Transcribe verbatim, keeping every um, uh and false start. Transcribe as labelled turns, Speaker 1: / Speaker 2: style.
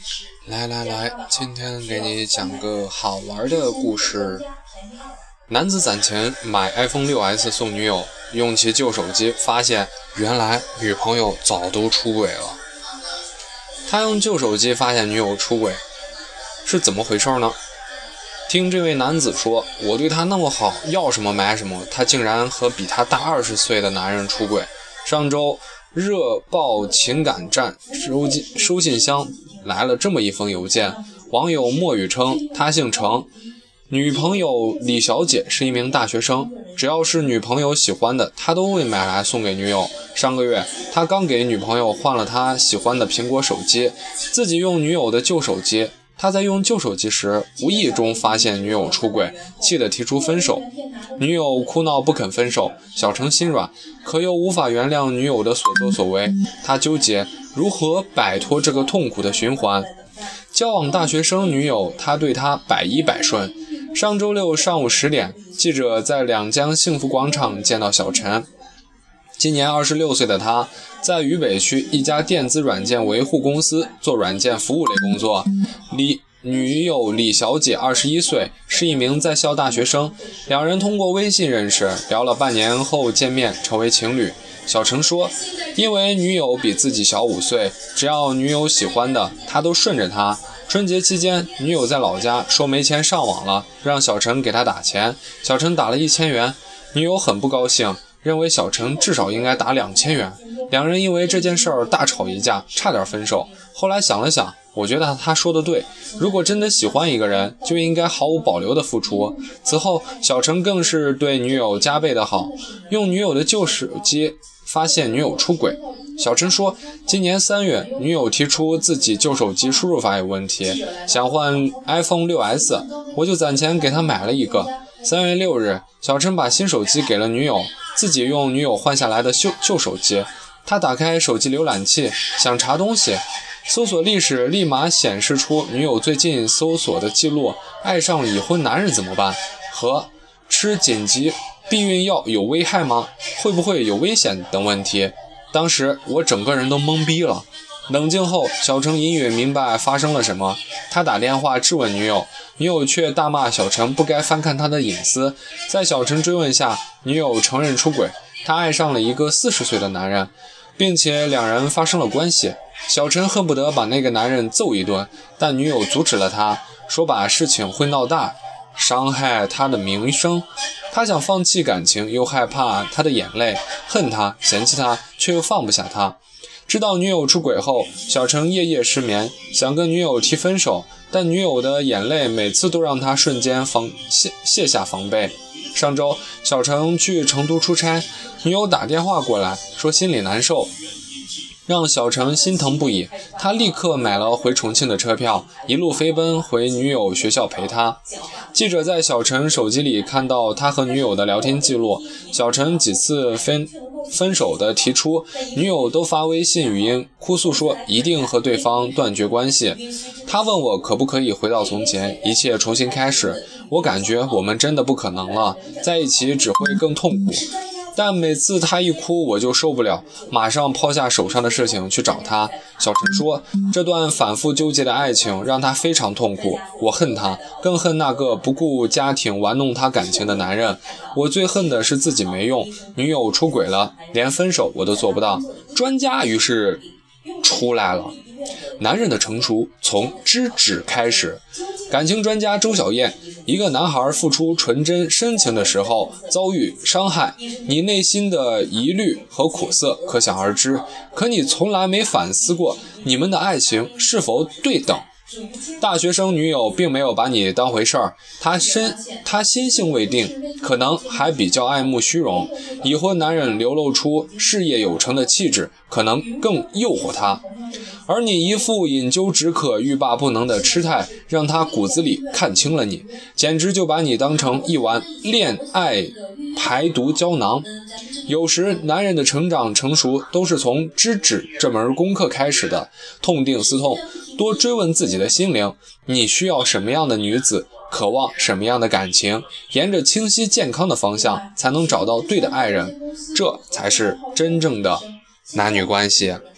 Speaker 1: 来来来，今天给你讲个好玩的故事。男子攒钱买 iPhone 六 S 送女友，用其旧手机发现原来女朋友早都出轨了。他用旧手机发现女友出轨，是怎么回事呢？听这位男子说，我对他那么好，要什么买什么，他竟然和比他大二十岁的男人出轨。上周热爆情感站收收信箱来了这么一封邮件，网友墨雨称他姓程，女朋友李小姐是一名大学生，只要是女朋友喜欢的他都会买来送给女友。上个月他刚给女朋友换了他喜欢的苹果手机，自己用女友的旧手机。他在用旧手机时无意中发现女友出轨，气得提出分手。女友哭闹不肯分手，小程心软，可又无法原谅女友的所作所为。他纠结如何摆脱这个痛苦的循环。交往大学生女友，他对她百依百顺。上周六上午十点，记者在两江幸福广场见到小陈。今年二十六岁的他，在渝北区一家电子软件维护公司做软件服务类工作。李女友李小姐二十一岁，是一名在校大学生。两人通过微信认识，聊了半年后见面，成为情侣。小陈说，因为女友比自己小五岁，只要女友喜欢的，他都顺着她。春节期间，女友在老家说没钱上网了，让小陈给她打钱。小陈打了一千元，女友很不高兴，认为小陈至少应该打两千元。两人因为这件事儿大吵一架，差点分手。后来想了想，我觉得他说的对，如果真的喜欢一个人，就应该毫无保留的付出。此后，小陈更是对女友加倍的好，用女友的旧手机发现女友出轨。小陈说，今年三月，女友提出自己旧手机输入法有问题，想换 iPhone 六 S， 我就攒钱给她买了一个。三月六日，小陈把新手机给了女友，自己用女友换下来的旧旧手机。他打开手机浏览器，想查东西，搜索历史立马显示出女友最近搜索的记录，爱上了已婚男人怎么办？和吃紧急避孕药有危害吗？会不会有危险等问题。当时我整个人都懵逼了。冷静后，小陈隐约明白发生了什么。他打电话质问女友，女友却大骂小陈不该翻看他的隐私。在小陈追问下，女友承认出轨，他爱上了一个四十岁的男人，并且两人发生了关系。小陈恨不得把那个男人揍一顿，但女友阻止了他，说把事情会闹大，伤害他的名声。他想放弃感情，又害怕他的眼泪，恨他，嫌弃他，却又放不下他。知道女友出轨后，小陈夜夜失眠，想跟女友提分手，但女友的眼泪每次都让他瞬间防卸卸下防备。上周小陈去成都出差，女友打电话过来说心里难受，让小陈心疼不已。他立刻买了回重庆的车票，一路飞奔回女友学校陪她。记者在小陈手机里看到他和女友的聊天记录，小陈几次分分手的提出，女友都发微信语音哭诉说一定和对方断绝关系。他问我可不可以回到从前，一切重新开始。我感觉我们真的不可能了，在一起只会更痛苦。但每次他一哭我就受不了，马上抛下手上的事情去找他。小陈说，这段反复纠结的爱情让他非常痛苦，我恨他，更恨那个不顾家庭玩弄他感情的男人。我最恨的是自己没用，女友出轨了，连分手我都做不到。专家于是出来了，男人的成熟从知止开始。感情专家周小燕，一个男孩付出纯真深情的时候遭遇伤害，你内心的疑虑和苦涩可想而知，可你从来没反思过你们的爱情是否对等。大学生女友并没有把你当回事儿，她身她心性未定，可能还比较爱慕虚荣。已婚男人流露出事业有成的气质，可能更诱惑她。而你一副饮鸩止渴、欲罢不能的痴态，让他骨子里看清了你，简直就把你当成一碗恋爱排毒胶囊。有时男人的成长成熟都是从知止这门功课开始的，痛定思痛，多追问自己的心灵，你需要什么样的女子，渴望什么样的感情，沿着清晰健康的方向才能找到对的爱人，这才是真正的男女关系。